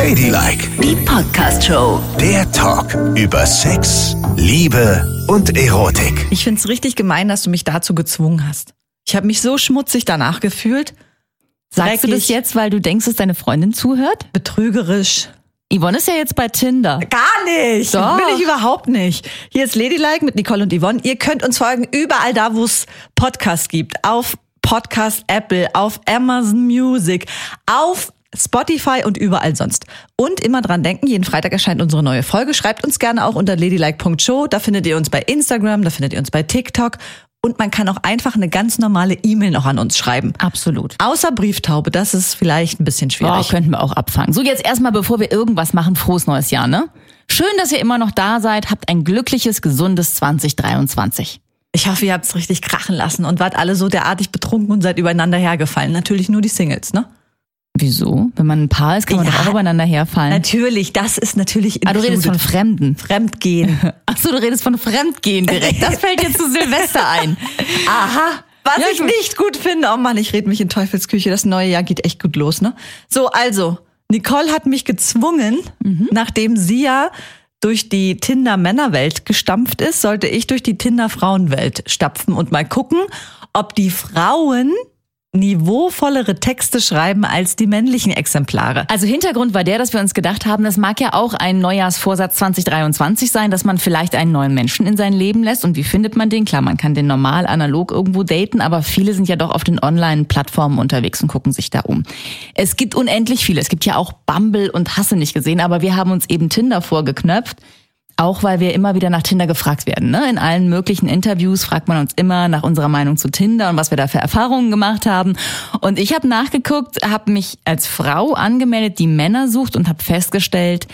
Ladylike, Die Podcast-Show. der Talk über Sex, Liebe und Erotik. Ich find's richtig gemein, dass du mich dazu gezwungen hast. Ich habe mich so schmutzig danach gefühlt. Sagst du das jetzt, weil du denkst, dass deine Freundin zuhört? Betrügerisch. Yvonne ist ja jetzt bei Tinder. Gar nicht. Doch. Bin ich überhaupt nicht. Hier ist Ladylike mit Nicole und Yvonne. Ihr könnt uns folgen überall da, wo es Podcasts gibt. Auf Podcast Apple, auf Amazon Music, auf Spotify und überall sonst. Und immer dran denken, jeden Freitag erscheint unsere neue Folge. Schreibt uns gerne auch unter ladylike.show. Da findet ihr uns bei Instagram, da findet ihr uns bei TikTok. Und man kann auch einfach eine ganz normale E-Mail noch an uns schreiben. Absolut. Außer Brieftaube, das ist vielleicht ein bisschen schwierig. Könnten wir auch abfangen. So, jetzt erstmal, bevor wir irgendwas machen, frohes neues Jahr, ne? Schön, dass ihr immer noch da seid. Habt ein glückliches, gesundes 2023. Ich hoffe, ihr habt es richtig krachen lassen und wart alle so derartig betrunken und seid übereinander hergefallen. Natürlich nur die Singles, ne? Wieso? Wenn man ein Paar ist, kann man doch auch übereinander herfallen. Natürlich, das ist natürlich Du redest von Fremden. Fremdgehen. Ach so, du redest von Fremdgehen direkt. Das fällt dir zu Silvester ein. Aha. Was Ja, ich gut. nicht gut finde. Oh Mann, ich rede mich in Teufelsküche. Das neue Jahr geht echt gut los, ne? So, also, Nicole hat mich gezwungen, nachdem sie ja durch die Tinder-Männerwelt gestampft ist, sollte ich durch die Tinder-Frauenwelt stapfen und mal gucken, ob die Frauen niveauvollere Texte schreiben als die männlichen Exemplare. Also Hintergrund war der, dass wir uns gedacht haben, das mag ja auch ein Neujahrsvorsatz 2023 sein, dass man vielleicht einen neuen Menschen in sein Leben lässt. Und wie findet man den? Klar, man kann den normal analog irgendwo daten, aber viele sind ja doch auf den Online-Plattformen unterwegs und gucken sich da um. Es gibt unendlich viele. Es gibt ja auch Bumble und Hasse nicht gesehen, aber wir haben uns eben Tinder vorgeknöpft. Auch weil wir immer wieder nach Tinder gefragt werden. Ne? In allen möglichen Interviews fragt man uns immer nach unserer Meinung zu Tinder und was wir da für Erfahrungen gemacht haben. Und ich habe nachgeguckt, habe mich als Frau angemeldet, die Männer sucht und habe festgestellt,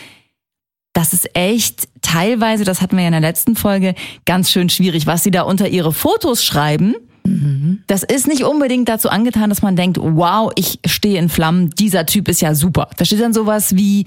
das ist echt teilweise, das hatten wir ja in der letzten Folge, ganz schön schwierig, was sie da unter ihre Fotos schreiben. Das ist nicht unbedingt dazu angetan, dass man denkt, wow, ich stehe in Flammen, dieser Typ ist ja super. Da steht dann sowas wie,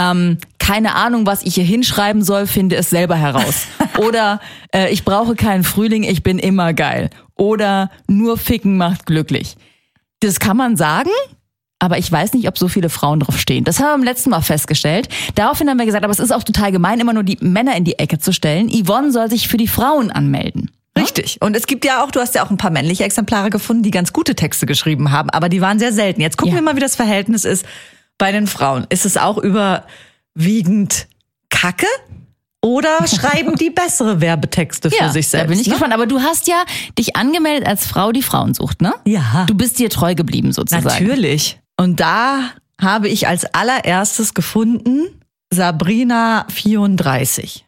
keine Ahnung, was ich hier hinschreiben soll, finde es selber heraus. Oder ich brauche keinen Frühling, ich bin immer geil. Oder nur Ficken macht glücklich. Das kann man sagen, aber ich weiß nicht, ob so viele Frauen drauf stehen. Das haben wir beim letzten Mal festgestellt. Daraufhin haben wir gesagt, aber es ist auch total gemein, immer nur die Männer in die Ecke zu stellen. Yvonne soll sich für die Frauen anmelden. Richtig. Und es gibt ja auch, du hast ja auch ein paar männliche Exemplare gefunden, die ganz gute Texte geschrieben haben, aber die waren sehr selten. Jetzt gucken wir mal, wie das Verhältnis ist bei den Frauen. Ist es auch überwiegend Kacke oder schreiben die bessere Werbetexte für sich selbst? Da bin ich gespannt. Aber du hast ja dich angemeldet als Frau, die Frauen sucht, ne? Ja. Du bist dir treu geblieben sozusagen. Natürlich. Und da habe ich als allererstes gefunden Sabrina 34.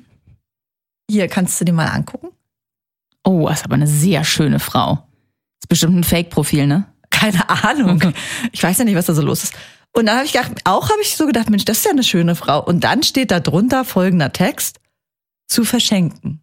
Hier, kannst du dir mal angucken? Oh, das ist aber eine sehr schöne Frau. Ist bestimmt ein Fake-Profil, ne? Keine Ahnung. Ich weiß ja nicht, was da so los ist. Und dann habe ich so gedacht, Mensch, das ist ja eine schöne Frau. Und dann steht da drunter folgender Text: zu verschenken.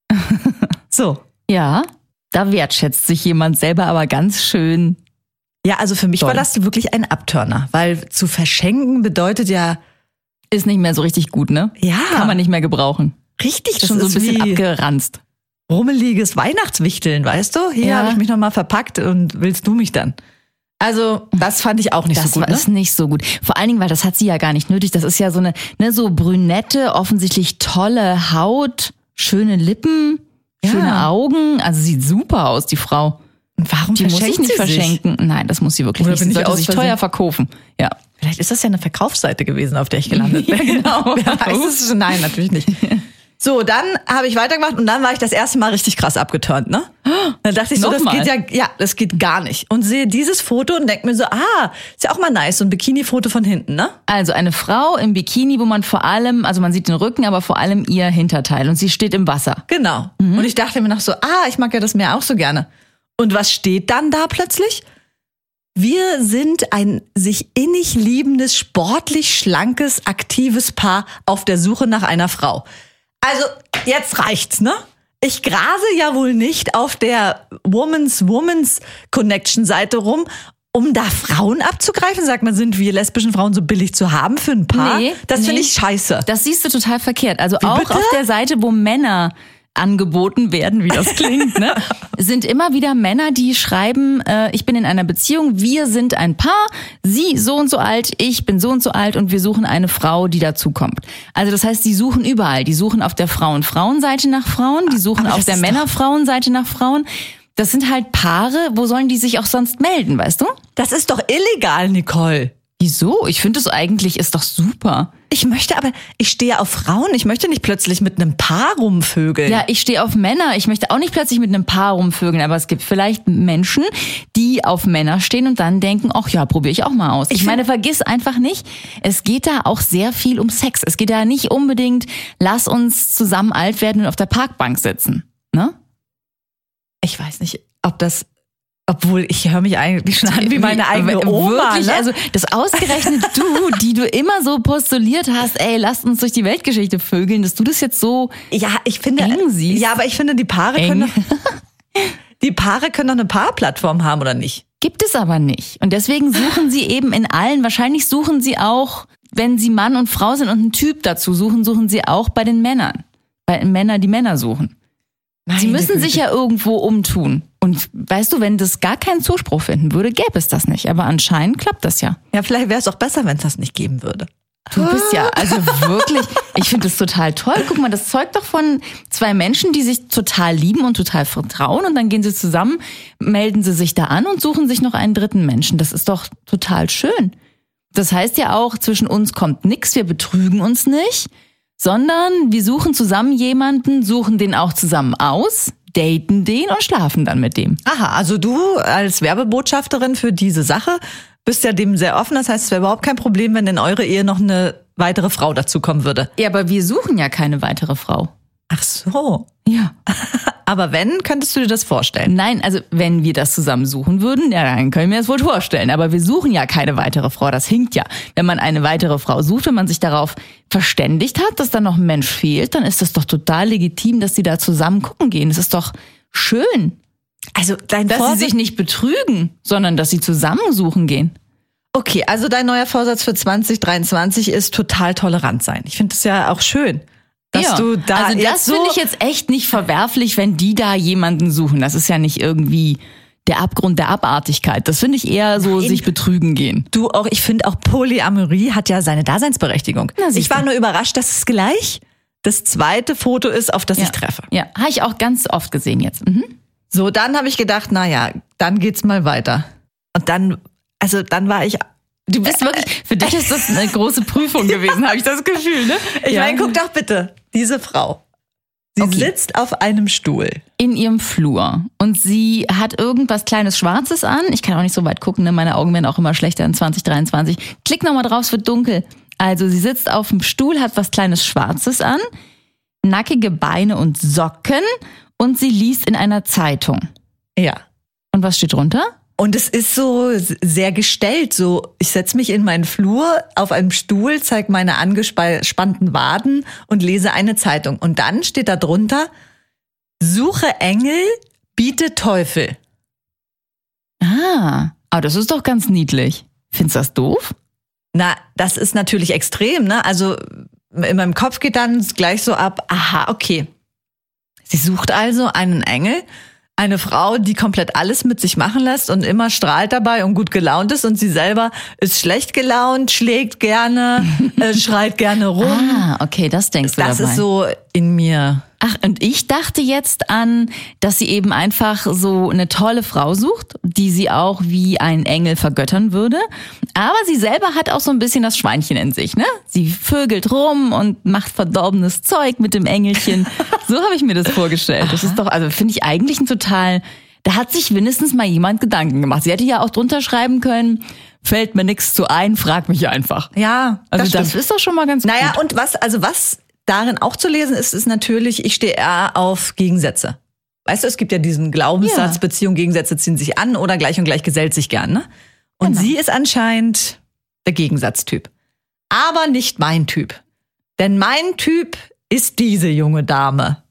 So. Ja, da wertschätzt sich jemand selber aber ganz schön. Ja, also für mich Toll. war das wirklich ein Abturner, weil zu verschenken bedeutet ja, Ist nicht mehr so richtig gut, ne? ja, Kann man nicht mehr gebrauchen. richtig, das Schon so ein ist bisschen wie abgeranzt. rummeliges Weihnachtswichteln, weißt du? Hier Ja. habe ich mich nochmal verpackt und willst du mich dann? Also, das fand ich auch nicht Das so gut. ist nicht so gut. Vor allen Dingen, weil das hat sie ja gar nicht nötig. Das ist ja so eine, ne, so brünette, offensichtlich tolle Haut, schöne Lippen, Ja. schöne Augen. Also sieht super aus, die Frau. Warum Die muss ich verschenkt nicht sie sich? verschenken. Nein, das muss sie wirklich Oder nicht. bin Sie ich sollte aus sich Versehen- teuer verkaufen. Ja. Vielleicht ist das ja eine Verkaufsseite gewesen, auf der ich gelandet bin. Genau. Wer weiß es schon? Nein, natürlich nicht. So, dann habe ich weitergemacht und dann war ich das erste Mal richtig krass abgeturnt, ne? Dann dachte ich so, das Nochmal? geht das geht gar nicht. Und sehe dieses Foto und denke mir so, ist ja auch mal nice, so ein Bikini-Foto von hinten, ne? Also eine Frau im Bikini, wo man vor allem, also man sieht den Rücken, aber vor allem ihr Hinterteil und sie steht im Wasser. Genau. Und ich dachte mir noch so, ich mag ja das Meer auch so gerne. Und was steht dann da plötzlich? Wir sind ein sich innig liebendes, sportlich schlankes, aktives Paar auf der Suche nach einer Frau. Also, jetzt reicht's, ne? Ich grase ja wohl nicht auf der Woman's Connection Seite rum, um da Frauen abzugreifen. Sagt man, sind wir lesbischen Frauen so billig zu haben für ein Paar? Nee, das nee. finde ich scheiße. Das siehst du total verkehrt. Also Wie auch bitte? auf der Seite, wo Männer angeboten werden, wie das klingt, ne? Sind immer wieder Männer, die schreiben, ich bin in einer Beziehung, wir sind ein Paar, sie so und so alt, ich bin so und so alt und wir suchen eine Frau, die dazukommt. Also das heißt, die suchen überall. Die suchen auf der Frauen-Frauenseite nach Frauen, die suchen auf der Männer-Frauenseite nach Frauen. Das sind halt Paare, wo sollen die sich auch sonst melden, weißt du? Das ist doch illegal, Nicole. Wieso? Ich finde, das eigentlich ist doch super. Ich stehe auf Frauen. Ich möchte nicht plötzlich mit einem Paar rumvögeln. Ja, ich stehe auf Männer. Ich möchte auch nicht plötzlich mit einem Paar rumvögeln. Aber es gibt vielleicht Menschen, die auf Männer stehen und dann denken, ach ja, probiere ich auch mal aus. Ich meine, vergiss einfach nicht, es geht da auch sehr viel um Sex. Es geht da nicht unbedingt, lass uns zusammen alt werden und auf der Parkbank sitzen. Ne? Ich weiß nicht, obwohl ich höre mich eigentlich schon an wie meine eigene Oma. Wirklich, ne? Also das ausgerechnet du, die du immer so postuliert hast, ey, lasst uns durch die Weltgeschichte vögeln, dass du das jetzt so eng siehst. Ja, aber ich finde, die Paare können doch eine Paarplattform haben, oder nicht? Gibt es aber nicht. Und deswegen suchen sie eben in allen, wahrscheinlich suchen sie auch, wenn sie Mann und Frau sind und einen Typ dazu suchen sie auch bei den Männern. Bei Männern, die Männer suchen. Sie müssen sich ja irgendwo umtun. Und weißt du, wenn das gar keinen Zuspruch finden würde, gäbe es das nicht. Aber anscheinend klappt das ja. Ja, vielleicht wäre es auch besser, wenn es das nicht geben würde. Du bist ja, also wirklich, ich finde das total toll. Guck mal, das zeugt doch von zwei Menschen, die sich total lieben und total vertrauen. Und dann gehen sie zusammen, melden sie sich da an und suchen sich noch einen dritten Menschen. Das ist doch total schön. Das heißt ja auch, zwischen uns kommt nichts, wir betrügen uns nicht. Sondern wir suchen zusammen jemanden, suchen den auch zusammen aus, daten den und schlafen dann mit dem. Aha, also du als Werbebotschafterin für diese Sache bist ja dem sehr offen. Das heißt, es wäre überhaupt kein Problem, wenn in eure Ehe noch eine weitere Frau dazukommen würde. Ja, aber wir suchen ja keine weitere Frau. Ach so. Ja. Aber wenn, könntest du dir das vorstellen? Nein, also wenn wir das zusammen suchen würden, ja, dann können wir das wohl vorstellen. Aber wir suchen ja keine weitere Frau, das hinkt ja. Wenn man eine weitere Frau sucht, wenn man sich darauf verständigt hat, dass da noch ein Mensch fehlt, dann ist das doch total legitim, dass die da zusammen gucken gehen. Das ist doch schön. Also dass sie sich nicht betrügen, sondern dass sie zusammen suchen gehen. Okay, also dein neuer Vorsatz für 2023 ist total tolerant sein. Ich finde das ja auch schön. Dass du da also das finde ich jetzt echt nicht verwerflich, wenn die da jemanden suchen. Das ist ja nicht irgendwie der Abgrund der Abartigkeit. Das finde ich eher so, sich betrügen gehen. Du auch, ich finde auch Polyamorie hat ja seine Daseinsberechtigung. Ich war nur überrascht, dass es gleich das zweite Foto ist, auf das ich treffe. Ja, habe ich auch ganz oft gesehen jetzt. Mhm. So, dann habe ich gedacht, naja, dann geht's mal weiter. Und dann war ich... Du bist wirklich, für dich ist das eine große Prüfung gewesen, habe ich das Gefühl, ne? Ich meine, guck doch bitte, diese Frau. Sie sitzt auf einem Stuhl. In ihrem Flur. Und sie hat irgendwas kleines Schwarzes an. Ich kann auch nicht so weit gucken, ne? Meine Augen werden auch immer schlechter in 2023. Klick nochmal drauf, es wird dunkel. Also sie sitzt auf dem Stuhl, hat was kleines Schwarzes an, nackige Beine und Socken und sie liest in einer Zeitung. Ja. Und was steht drunter? Und es ist so sehr gestellt, so ich setze mich in meinen Flur auf einem Stuhl, zeige meine angespannten Waden und lese eine Zeitung. Und dann steht da drunter, suche Engel, biete Teufel. Ah, aber das ist doch ganz niedlich. Findest du das doof? Na, das ist natürlich extrem, ne? Also in meinem Kopf geht dann gleich so ab, aha, okay. Sie sucht also einen Engel. Eine Frau, die komplett alles mit sich machen lässt und immer strahlt dabei und gut gelaunt ist und sie selber ist schlecht gelaunt, schlägt gerne, schreit gerne rum. Ah, okay, das denkst du dabei. Das ist so in mir. Ach, und ich dachte jetzt an, dass sie eben einfach so eine tolle Frau sucht, die sie auch wie ein Engel vergöttern würde. Aber sie selber hat auch so ein bisschen das Schweinchen in sich, ne? Sie vögelt rum und macht verdorbenes Zeug mit dem Engelchen. So habe ich mir das vorgestellt. Das ist doch, also finde ich eigentlich ein total, da hat sich mindestens mal jemand Gedanken gemacht. Sie hätte ja auch drunter schreiben können, fällt mir nichts zu ein, frag mich einfach. Ja, also das ist doch schon mal ganz gut. Naja, und was darin auch zu lesen ist natürlich, ich stehe eher auf Gegensätze. Weißt du, es gibt ja diesen Glaubenssatz, Beziehung, Gegensätze ziehen sich an oder gleich und gleich gesellt sich gern, ne? Und sie ist anscheinend der Gegensatztyp. Aber nicht mein Typ. Denn mein Typ ist diese junge Dame.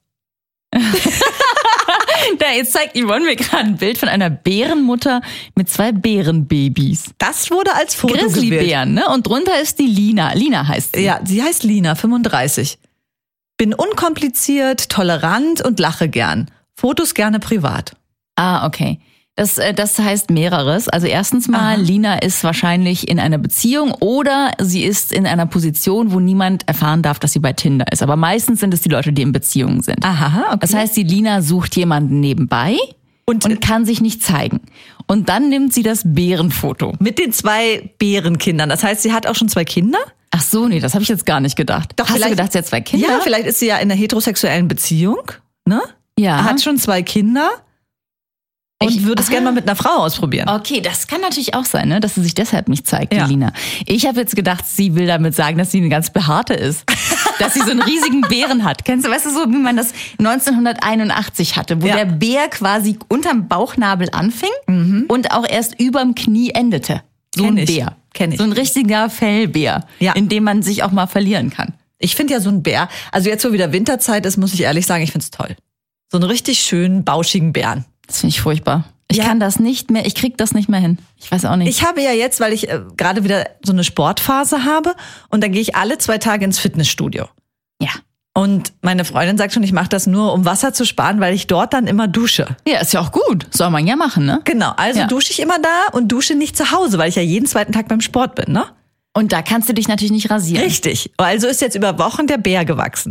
Da, jetzt zeigt Yvonne mir gerade ein Bild von einer Bärenmutter mit 2 Bärenbabys. Das wurde als Foto gewählt. Grizzlybären, ne? Und drunter ist die Lina. Lina heißt sie. Ja, sie heißt Lina, 35. Bin unkompliziert, tolerant und lache gern. Fotos gerne privat. Ah, okay. Das heißt mehreres. Also erstens mal, Lina ist wahrscheinlich in einer Beziehung oder sie ist in einer Position, wo niemand erfahren darf, dass sie bei Tinder ist. Aber meistens sind es die Leute, die in Beziehungen sind. Aha, okay. Das heißt, die Lina sucht jemanden nebenbei und kann sich nicht zeigen. Und dann nimmt sie das Bärenfoto. Mit den 2 Bärenkindern. Das heißt, sie hat auch schon 2 Kinder? Ach so, nee, das habe ich jetzt gar nicht gedacht. Doch, hast du gedacht, sie hat 2 Kinder? Ja, vielleicht ist sie ja in einer heterosexuellen Beziehung, ne? Ja. Hat schon 2 Kinder. Und würde es gerne mal mit einer Frau ausprobieren. Okay, das kann natürlich auch sein, ne, dass sie sich deshalb nicht zeigt, Ja. die Lina. Ich habe jetzt gedacht, sie will damit sagen, dass sie eine ganz behaarte ist. Dass sie so einen riesigen Bären hat. Kennst du, weißt du, so wie man das 1981 hatte, wo Ja. der Bär quasi unterm Bauchnabel anfing und auch erst überm Knie endete. So Kenn ein ich. Bär. Kenn ich. So ein richtiger Fellbär, Ja. in dem man sich auch mal verlieren kann. Ich finde ja so ein Bär, also jetzt wo wieder Winterzeit ist, muss ich ehrlich sagen, ich finde es toll. So einen richtig schönen, bauschigen Bären. Das finde ich furchtbar. Ich Ja. kann das nicht mehr, ich krieg das nicht mehr hin. Ich weiß auch nicht. Ich habe ja jetzt, weil ich gerade wieder so eine Sportphase habe und dann gehe ich alle 2 Tage ins Fitnessstudio. Ja. Und meine Freundin sagt schon, ich mache das nur, um Wasser zu sparen, weil ich dort dann immer dusche. Ja, ist ja auch gut. Soll man ja machen, ne? Genau, also Ja. dusche ich immer da und dusche nicht zu Hause, weil ich ja jeden 2. Tag beim Sport bin, ne? Und da kannst du dich natürlich nicht rasieren. Richtig. Also ist jetzt über Wochen der Bär gewachsen.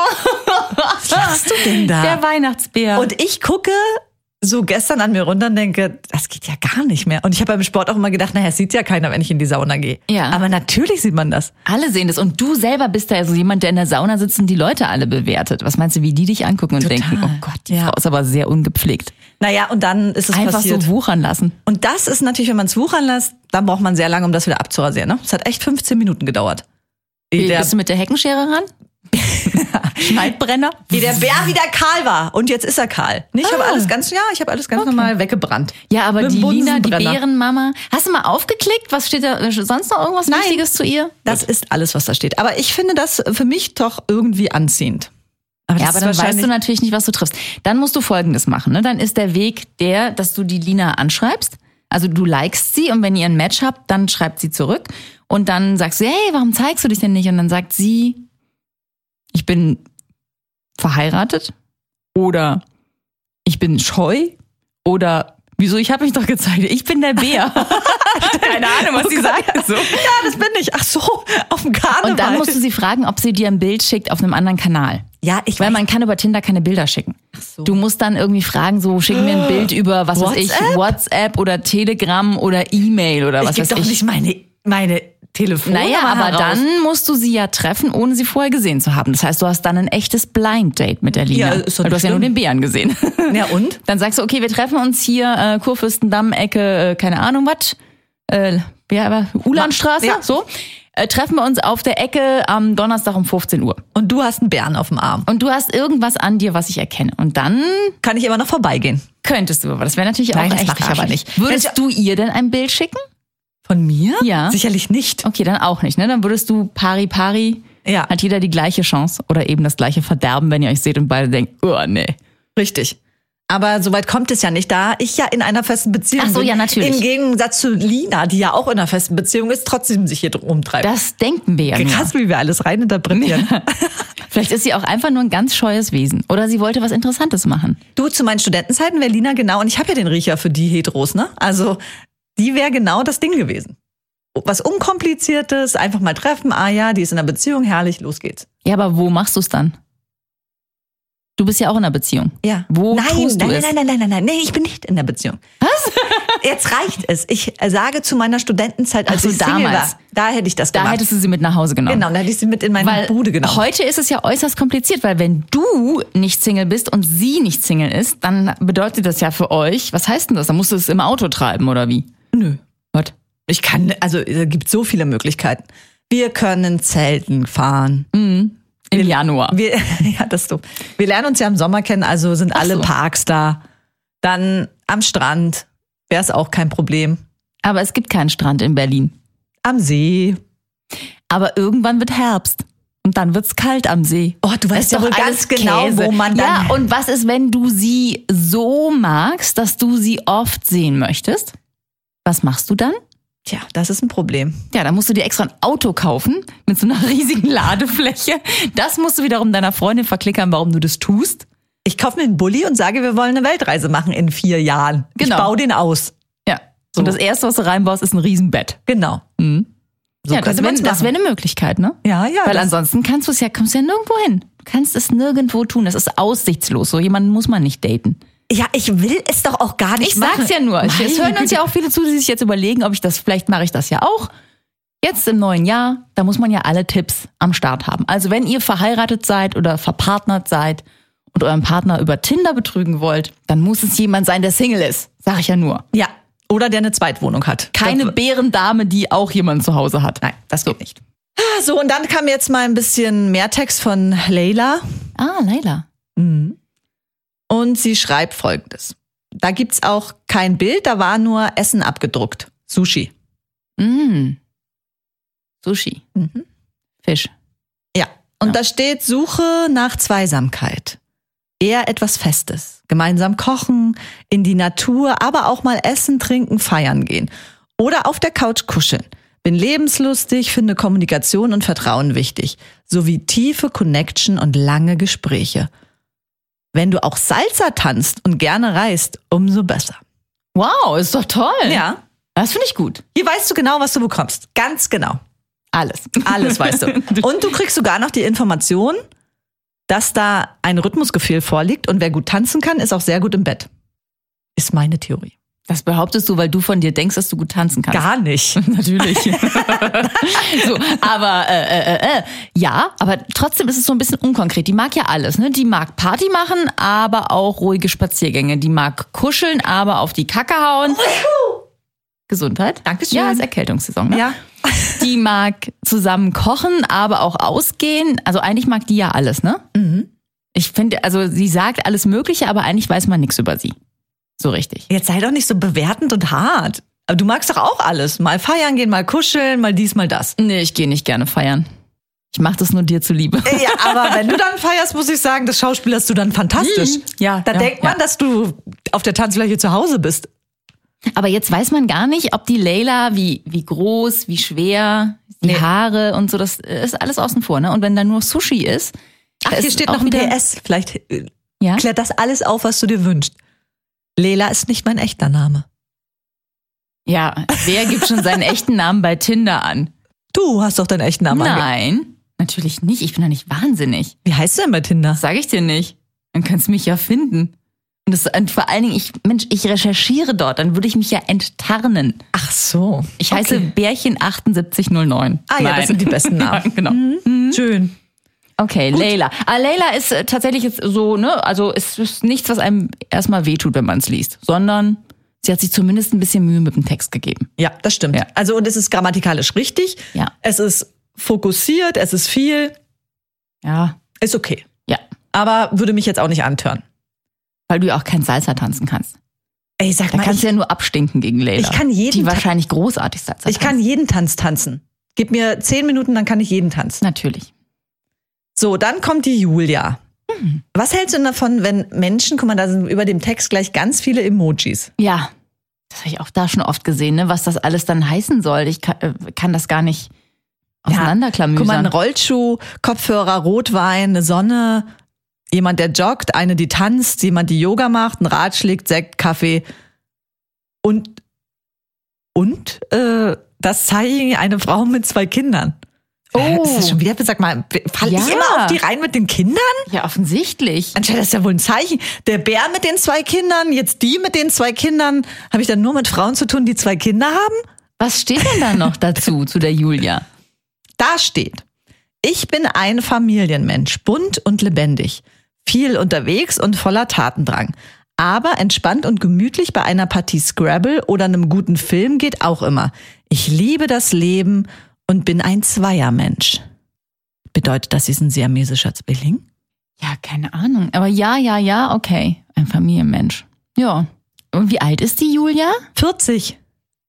Was machst du denn da? Der Weihnachtsbär. Und ich gucke so gestern an mir runter und denke, das geht ja gar nicht mehr. Und ich habe beim Sport auch immer gedacht, naja, es sieht ja keiner, wenn ich in die Sauna gehe. Ja. Aber natürlich sieht man das. alle sehen das. Und du selber bist da ja so jemand, der in der Sauna sitzt und die Leute alle bewertet. Was meinst du, wie die dich angucken und Total. denken, oh Gott, die Ja. Frau ist aber sehr ungepflegt. Naja, und dann ist es Einfach passiert. so wuchern lassen. Und das ist natürlich, wenn man es wuchern lässt, dann braucht man sehr lange, um das wieder abzurasieren. Ne? Es hat echt 15 Minuten gedauert. Bist du mit der Heckenschere ran? Schneidbrenner? Wie der Bär wieder kahl war. Und jetzt ist er kahl. Ich habe alles ganz normal weggebrannt. Ja, aber Mit die dem Lina, die Bunsenbrenner. Bärenmama. Hast du mal aufgeklickt? Was steht da sonst noch irgendwas Nein. Wichtiges zu ihr? Das ist alles, was da steht. Aber ich finde das für mich doch irgendwie anziehend. Aber Ja, das aber ist dann weißt wahrscheinlich- du natürlich nicht, was du triffst. Dann musst du Folgendes machen. Ne? Dann ist der Weg der, dass du die Lina anschreibst. Also du likest sie und wenn ihr ein Match habt, dann schreibt sie zurück. Und dann sagst du, hey, warum zeigst du dich denn nicht? Und dann sagt sie, ich bin verheiratet oder ich bin scheu oder wieso, ich habe mich doch gezeigt, ich bin der Bär. Keine Ahnung, was sie sagt. So. Ja, das bin ich. Ach so, auf dem Karneval. Und dann musst du sie fragen, ob sie dir ein Bild schickt auf einem anderen Kanal. Ja, ich Weil man kann über Tinder keine Bilder schicken. so. Du musst dann irgendwie fragen, so schick mir ein Bild über, was weiß ich, WhatsApp oder Telegram oder E-Mail oder was ich gebe weiß doch ich. nicht meine Telefonnummer Naja, aber heraus. dann musst du sie ja treffen, ohne sie vorher gesehen zu haben. Das heißt, du hast dann ein echtes Blind-Date mit der Lina. Ja, ist doch Weil du nicht hast ja nur schlimm. den Bären gesehen. Ja, und? Dann sagst du, okay, wir treffen uns hier, Kurfürstendamm, Ecke, keine Ahnung was, Ulanstraße, Ja. so. Treffen wir uns auf der Ecke am Donnerstag um 15 Uhr. Und du hast einen Bären auf dem Arm. Und du hast irgendwas an dir, was ich erkenne. Und dann Kann ich immer noch vorbeigehen. könntest du, aber das wäre natürlich Nein, auch das echt mach ich aber arschig. nicht. Würdest du ihr denn ein Bild schicken? Von mir? Ja. Sicherlich nicht. Okay, dann auch nicht, ne? Dann würdest du pari, Ja. hat jeder die gleiche Chance oder eben das gleiche Verderben, wenn ihr euch seht und beide denkt, oh nee. Richtig. Aber soweit kommt es ja nicht, da ich ja in einer festen Beziehung Ach so, bin. ja, natürlich. Im Gegensatz zu Lina, die ja auch in einer festen Beziehung ist, trotzdem sich hier drum treibt. Das denken wir ja nur. Krass, wie wir alles reininterpretieren. Vielleicht ist sie auch einfach nur ein ganz scheues Wesen. Oder sie wollte was Interessantes machen. Du, zu meinen Studentenzeiten wäre Lina genau, und ich habe ja den Riecher für die Heteros, ne? Also, die wäre genau das Ding gewesen. Was Unkompliziertes, einfach mal treffen, ah ja, die ist in einer Beziehung, herrlich, los geht's. Ja, aber wo machst du es dann? Du bist ja auch in einer Beziehung. Ja. Wo nein, tust du nein, es? Nein, nee, ich bin nicht in der Beziehung. Was? Jetzt reicht es. Ich sage zu meiner Studentenzeit, als Ach so, ich Single damals. war, da hätte ich das Da gemacht. hättest du sie mit nach Hause genommen. Genau, da hätte ich sie mit in meine Weil Bude genommen. heute ist es ja äußerst kompliziert, weil wenn du nicht Single bist und sie nicht Single ist, dann bedeutet das ja für euch, was heißt denn das? Dann musst du es im Auto treiben oder wie? Nö. Was? Ich kann, also es gibt so viele Möglichkeiten. Wir können Zelten fahren. Im Januar. Ja, das ist doof. Wir lernen uns ja im Sommer kennen, also sind alle so. Parks da. Dann am Strand wäre es auch kein Problem. Aber es gibt keinen Strand in Berlin. Am See. Aber irgendwann wird Herbst. Und dann wird's kalt am See. Oh, du weißt Ist ja doch wohl alles ganz genau, Käse. wo man dann... Ja, und was ist, wenn du sie so magst, dass du sie oft sehen möchtest? Was machst du dann? Tja, das ist ein Problem. Ja, da musst du dir extra ein Auto kaufen mit so einer riesigen Ladefläche. Das musst du wiederum deiner Freundin verklickern, warum du das tust. Ich kaufe mir einen Bulli und sage, wir wollen eine Weltreise machen in 4 Jahren. Genau. Ich baue den aus. Ja. So. Und das Erste, was du reinbaust, ist ein Riesenbett. Genau. So Ja, das wäre eine Möglichkeit, ne? Ja. Weil ansonsten kommst du ja nirgendwo hin. Du kannst es nirgendwo tun. Das ist aussichtslos. So jemanden muss man nicht daten. Ja, ich will es doch auch gar nicht machen. Ich sag's ja nur. Es hören uns ja auch viele zu, die sich jetzt überlegen, vielleicht mache ich das ja auch. Jetzt im neuen Jahr, da muss man ja alle Tipps am Start haben. Also wenn ihr verheiratet seid oder verpartnert seid und euren Partner über Tinder betrügen wollt, dann muss es jemand sein, der Single ist. Sag ich ja nur. Ja, oder der eine Zweitwohnung hat. Keine Bärendame, die auch jemanden zu Hause hat. Nein, das geht nicht. So, und dann kam jetzt mal ein bisschen mehr Text von Leila. Ah, Leila. Und sie schreibt Folgendes. Da gibt's auch kein Bild, da war nur Essen abgedruckt. Sushi. Sushi. Fisch. Ja. Und da steht Suche nach Zweisamkeit. Eher etwas Festes. Gemeinsam kochen, in die Natur, aber auch mal essen, trinken, feiern gehen. Oder auf der Couch kuscheln. Bin lebenslustig, finde Kommunikation und Vertrauen wichtig. Sowie tiefe Connection und lange Gespräche. Wenn du auch Salsa tanzt und gerne reist, umso besser. Wow, ist doch toll. Ja. Das finde ich gut. Hier weißt du genau, was du bekommst. Ganz genau. Alles. Alles weißt du. Und du kriegst sogar noch die Information, dass da ein Rhythmusgefühl vorliegt und wer gut tanzen kann, ist auch sehr gut im Bett. Ist meine Theorie. Das behauptest du, weil du von dir denkst, dass du gut tanzen kannst. Gar nicht. Natürlich. So, aber ja, aber trotzdem ist es so ein bisschen unkonkret. Die mag ja alles, ne? Die mag Party machen, aber auch ruhige Spaziergänge. Die mag kuscheln, aber auf die Kacke hauen. Gesundheit. Dankeschön. Ja, ist Erkältungssaison, ne? Ja. Die mag zusammen kochen, aber auch ausgehen. Also eigentlich mag die ja alles, ne? Ich finde, also sie sagt alles Mögliche, aber eigentlich weiß man nichts über sie. So richtig. Jetzt sei doch nicht so bewertend und hart. Aber du magst doch auch alles. Mal feiern gehen, mal kuscheln, mal dies, mal das. Nee, ich gehe nicht gerne feiern. Ich mache das nur dir zuliebe. Ja, aber wenn du dann feierst, muss ich sagen, das schauspielerst du dann fantastisch. Ja, Da denkt man, dass du auf der Tanzfläche zu Hause bist. Aber jetzt weiß man gar nicht, ob die Leila, wie groß, wie schwer, die Haare und so, das ist alles außen vor, ne? Und wenn da nur Sushi ist. Ach, hier steht noch ein PS. Vielleicht klärt das alles auf, was du dir wünschst. Leila ist nicht mein echter Name. Ja, wer gibt schon seinen echten Namen bei Tinder an? Du hast doch deinen echten Namen Nein, natürlich nicht. Ich bin doch nicht wahnsinnig. Wie heißt du denn bei Tinder? Das sage ich dir nicht. Dann kannst du mich ja finden. Und vor allen Dingen, ich recherchiere dort, dann würde ich mich ja enttarnen. Ach so. Ich heiße Bärchen 7809. Ah ja, das sind die besten Namen. Ja, genau. Schön. Okay, gut. Leila. Leila ist tatsächlich jetzt so, ne, also es ist nichts, was einem erstmal wehtut, wenn man es liest, sondern sie hat sich zumindest ein bisschen Mühe mit dem Text gegeben. Ja, das stimmt. Ja. Also und es ist grammatikalisch richtig. Ja. Es ist fokussiert, es ist viel. Ja. Ist okay. Ja. Aber würde mich jetzt auch nicht antören. Weil du ja auch kein Salsa tanzen kannst. Ey, sag Da mal, kannst du ja nur abstinken gegen Leila. Ich kann jeden die wahrscheinlich großartig Salsa Ich kann jeden Tanz tanzen. Gib mir 10 Minuten, dann kann ich jeden tanzen. Natürlich. So, dann kommt die Julia. Was hältst du denn davon, wenn Menschen, guck mal, da sind über dem Text gleich ganz viele Emojis. Ja, das habe ich auch da schon oft gesehen, ne, was das alles dann heißen soll. Ich kann das gar nicht auseinanderklamüsern. Guck mal, ein Rollschuh, Kopfhörer, Rotwein, eine Sonne, jemand, der joggt, eine, die tanzt, jemand, die Yoga macht, ein Rad schlägt, Sekt, Kaffee und das Zeichen eine Frau mit 2 Kindern. Oh. Das ist schon wieder, sag mal, fall ich immer auf die rein mit den Kindern? Ja, offensichtlich. Anscheinend ist ja wohl ein Zeichen. Der Bär mit den 2 Kindern, jetzt die mit den 2 Kindern. Habe ich dann nur mit Frauen zu tun, die 2 Kinder haben? Was steht denn da noch dazu, zu der Julia? Da steht, ich bin ein Familienmensch, bunt und lebendig, viel unterwegs und voller Tatendrang. Aber entspannt und gemütlich bei einer Partie Scrabble oder einem guten Film geht auch immer. Ich liebe das Leben und bin ein Zweiermensch. Bedeutet das, sie ist ein siamesischer Zwilling? Ja, keine Ahnung. Aber ja, okay. Ein Familienmensch. Ja. Und wie alt ist die Julia? 40.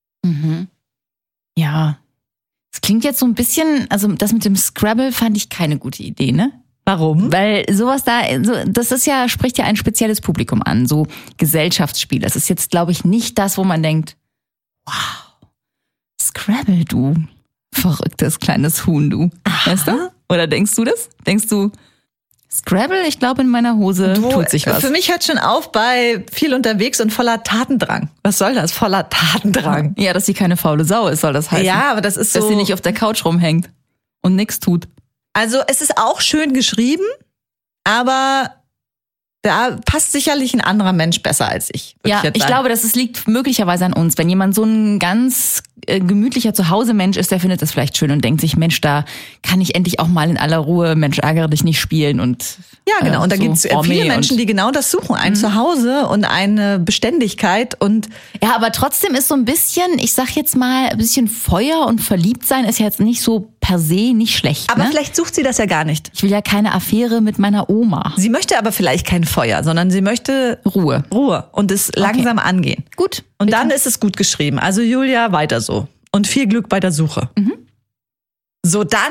Ja. Es klingt jetzt so ein bisschen, also das mit dem Scrabble fand ich keine gute Idee, ne? Warum? Weil sowas da, das ist ja, spricht ja ein spezielles Publikum an, so Gesellschaftsspiel. Das ist jetzt, glaube ich, nicht das, wo man denkt, wow, Scrabble, du verrücktes kleines Huhn, du. Aha. Weißt du? Oder denkst du das? Denkst du, Scrabble, ich glaube in meiner Hose tut sich was. Für mich hört schon auf bei viel unterwegs und voller Tatendrang. Was soll das? Voller Tatendrang. Ja, dass sie keine faule Sau ist, soll das heißen. Ja, aber das ist so. Dass sie nicht auf der Couch rumhängt und nichts tut. Also es ist auch schön geschrieben, aber da passt sicherlich ein anderer Mensch besser als ich. Ja, ich glaube, das liegt möglicherweise an uns. Wenn jemand so ein ganz gemütlicher Zuhause-Mensch ist, der findet das vielleicht schön und denkt sich, Mensch, da kann ich endlich auch mal in aller Ruhe Mensch, ärgere dich nicht spielen und ja, genau. Und da so gibt es viele Menschen, die genau das suchen. Ein Zuhause und eine Beständigkeit und ja, aber trotzdem ist so ein bisschen, ich sag jetzt mal, ein bisschen Feuer und Verliebtsein ist ja jetzt nicht so per se nicht schlecht. Aber ne? vielleicht sucht sie das ja gar nicht. Ich will ja keine Affäre mit meiner Oma. Sie möchte aber vielleicht kein Feuer, sondern sie möchte Ruhe und es langsam angehen. Gut. Und bitte. dann ist es gut geschrieben. Also Julia, weiter so. Und viel Glück bei der Suche. So, dann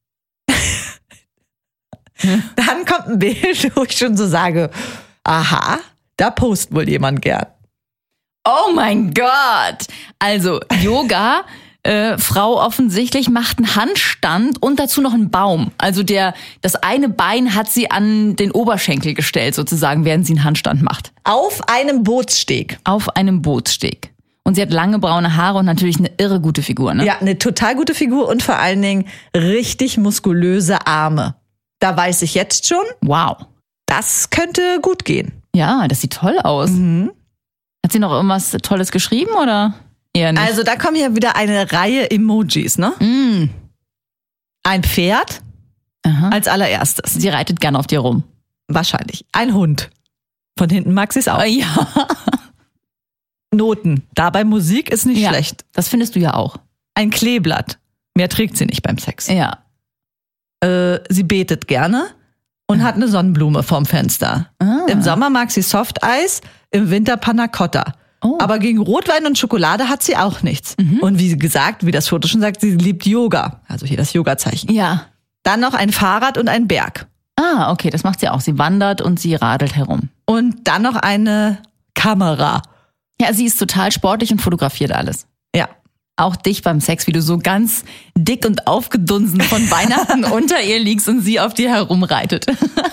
kommt ein Bild, wo ich schon so sage, aha, da postet wohl jemand gern. Oh mein Gott! Also Yoga, Frau offensichtlich macht einen Handstand und dazu noch einen Baum. Also das eine Bein hat sie an den Oberschenkel gestellt, sozusagen, während sie einen Handstand macht. Auf einem Bootssteg. Auf einem Bootssteg. Und sie hat lange braune Haare und natürlich eine irre gute Figur, ne? Ja, eine total gute Figur und vor allen Dingen richtig muskulöse Arme. Da weiß ich jetzt schon, Wow. das könnte gut gehen. Ja, das sieht toll aus. Hat sie noch irgendwas Tolles geschrieben oder eher nicht? Also da kommen ja wieder eine Reihe Emojis, ne? Ein Pferd Aha. als allererstes. Sie reitet gern auf dir rum. Wahrscheinlich. Ein Hund. Von hinten mag sie es auch. Ja. Noten. Dabei Musik ist nicht schlecht. Das findest du ja auch. Ein Kleeblatt. Mehr trägt sie nicht beim Sex. Ja. Sie betet gerne und hat eine Sonnenblume vorm Fenster. Im Sommer mag sie Softeis, im Winter Panna Cotta. Oh. Aber gegen Rotwein und Schokolade hat sie auch nichts. Und wie gesagt, wie das Foto schon sagt, sie liebt Yoga. Also hier das Yoga-Zeichen. Ja. Dann noch ein Fahrrad und ein Berg. Ah, okay, das macht sie auch. Sie wandert und sie radelt herum. Und dann noch eine Kamera. Ja, sie ist total sportlich und fotografiert alles. Ja. Auch dich beim Sex, wie du so ganz dick und aufgedunsen von Weihnachten unter ihr liegst und sie auf dir herumreitet.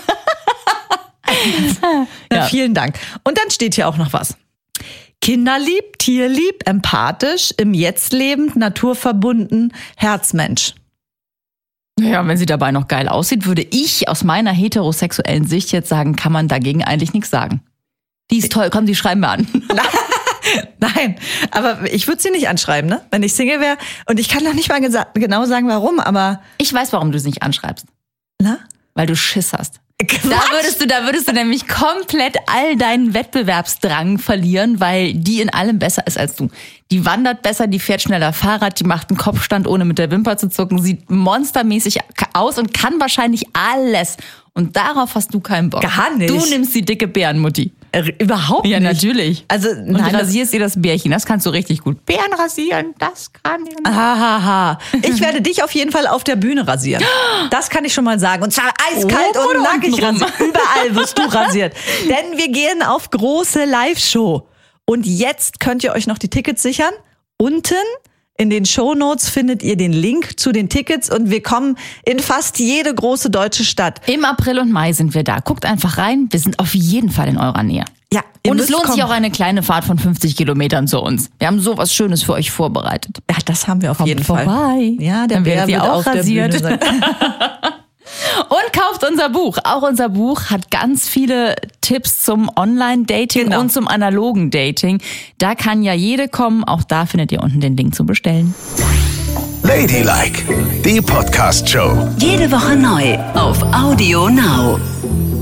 Ja, vielen Dank. Und dann steht hier auch noch was. Kinderlieb, tierlieb, empathisch, im Jetzt lebend, naturverbunden, Herzmensch. Ja, wenn sie dabei noch geil aussieht, würde ich aus meiner heterosexuellen Sicht jetzt sagen, kann man dagegen eigentlich nichts sagen. Die ist toll, komm, die schreiben wir an. Nein, aber ich würde sie nicht anschreiben, ne? Wenn ich Single wäre. Und ich kann noch nicht mal genau sagen, warum, aber... Ich weiß, warum du sie nicht anschreibst. Na? Weil du Schiss hast. Quatsch. Da würdest du nämlich komplett all deinen Wettbewerbsdrang verlieren, weil die in allem besser ist als du. Die wandert besser, die fährt schneller Fahrrad, die macht einen Kopfstand, ohne mit der Wimper zu zucken, sieht monstermäßig aus und kann wahrscheinlich alles. Und darauf hast du keinen Bock. Gar nicht. Du nimmst die dicke Bärenmutti. Überhaupt nicht. Ja, natürlich. Also, Und nein, rasierst ihr das Bärchen, das kannst du richtig gut. Bären rasieren, das kann ich. Hahaha. Ich werde dich auf jeden Fall auf der Bühne rasieren. Das kann ich schon mal sagen. Und zwar eiskalt Oben und oder nackig untenrum? rasieren. Überall wirst du rasiert. Denn wir gehen auf große Live-Show. Und jetzt könnt ihr euch noch die Tickets sichern. Unten in den Shownotes findet ihr den Link zu den Tickets und wir kommen in fast jede große deutsche Stadt. Im April und Mai sind wir da. Guckt einfach rein. Wir sind auf jeden Fall in eurer Nähe. Ja, ihr Und es müsst lohnt sich kommen. auch eine kleine Fahrt von 50 Kilometern zu uns. Wir haben sowas Schönes für euch vorbereitet. Ja, das haben wir auf jeden Fall. vorbei. Ja, der Dann Bär werdet ihr wird auch auf der rasiert. Bühne sein. Und kauft unser Buch. Auch unser Buch hat ganz viele Tipps zum Online-Dating Genau. und zum analogen Dating. Da kann ja jede kommen. Auch da findet ihr unten den Link zum Bestellen. Ladylike, die Podcast-Show. Jede Woche neu auf Audio Now.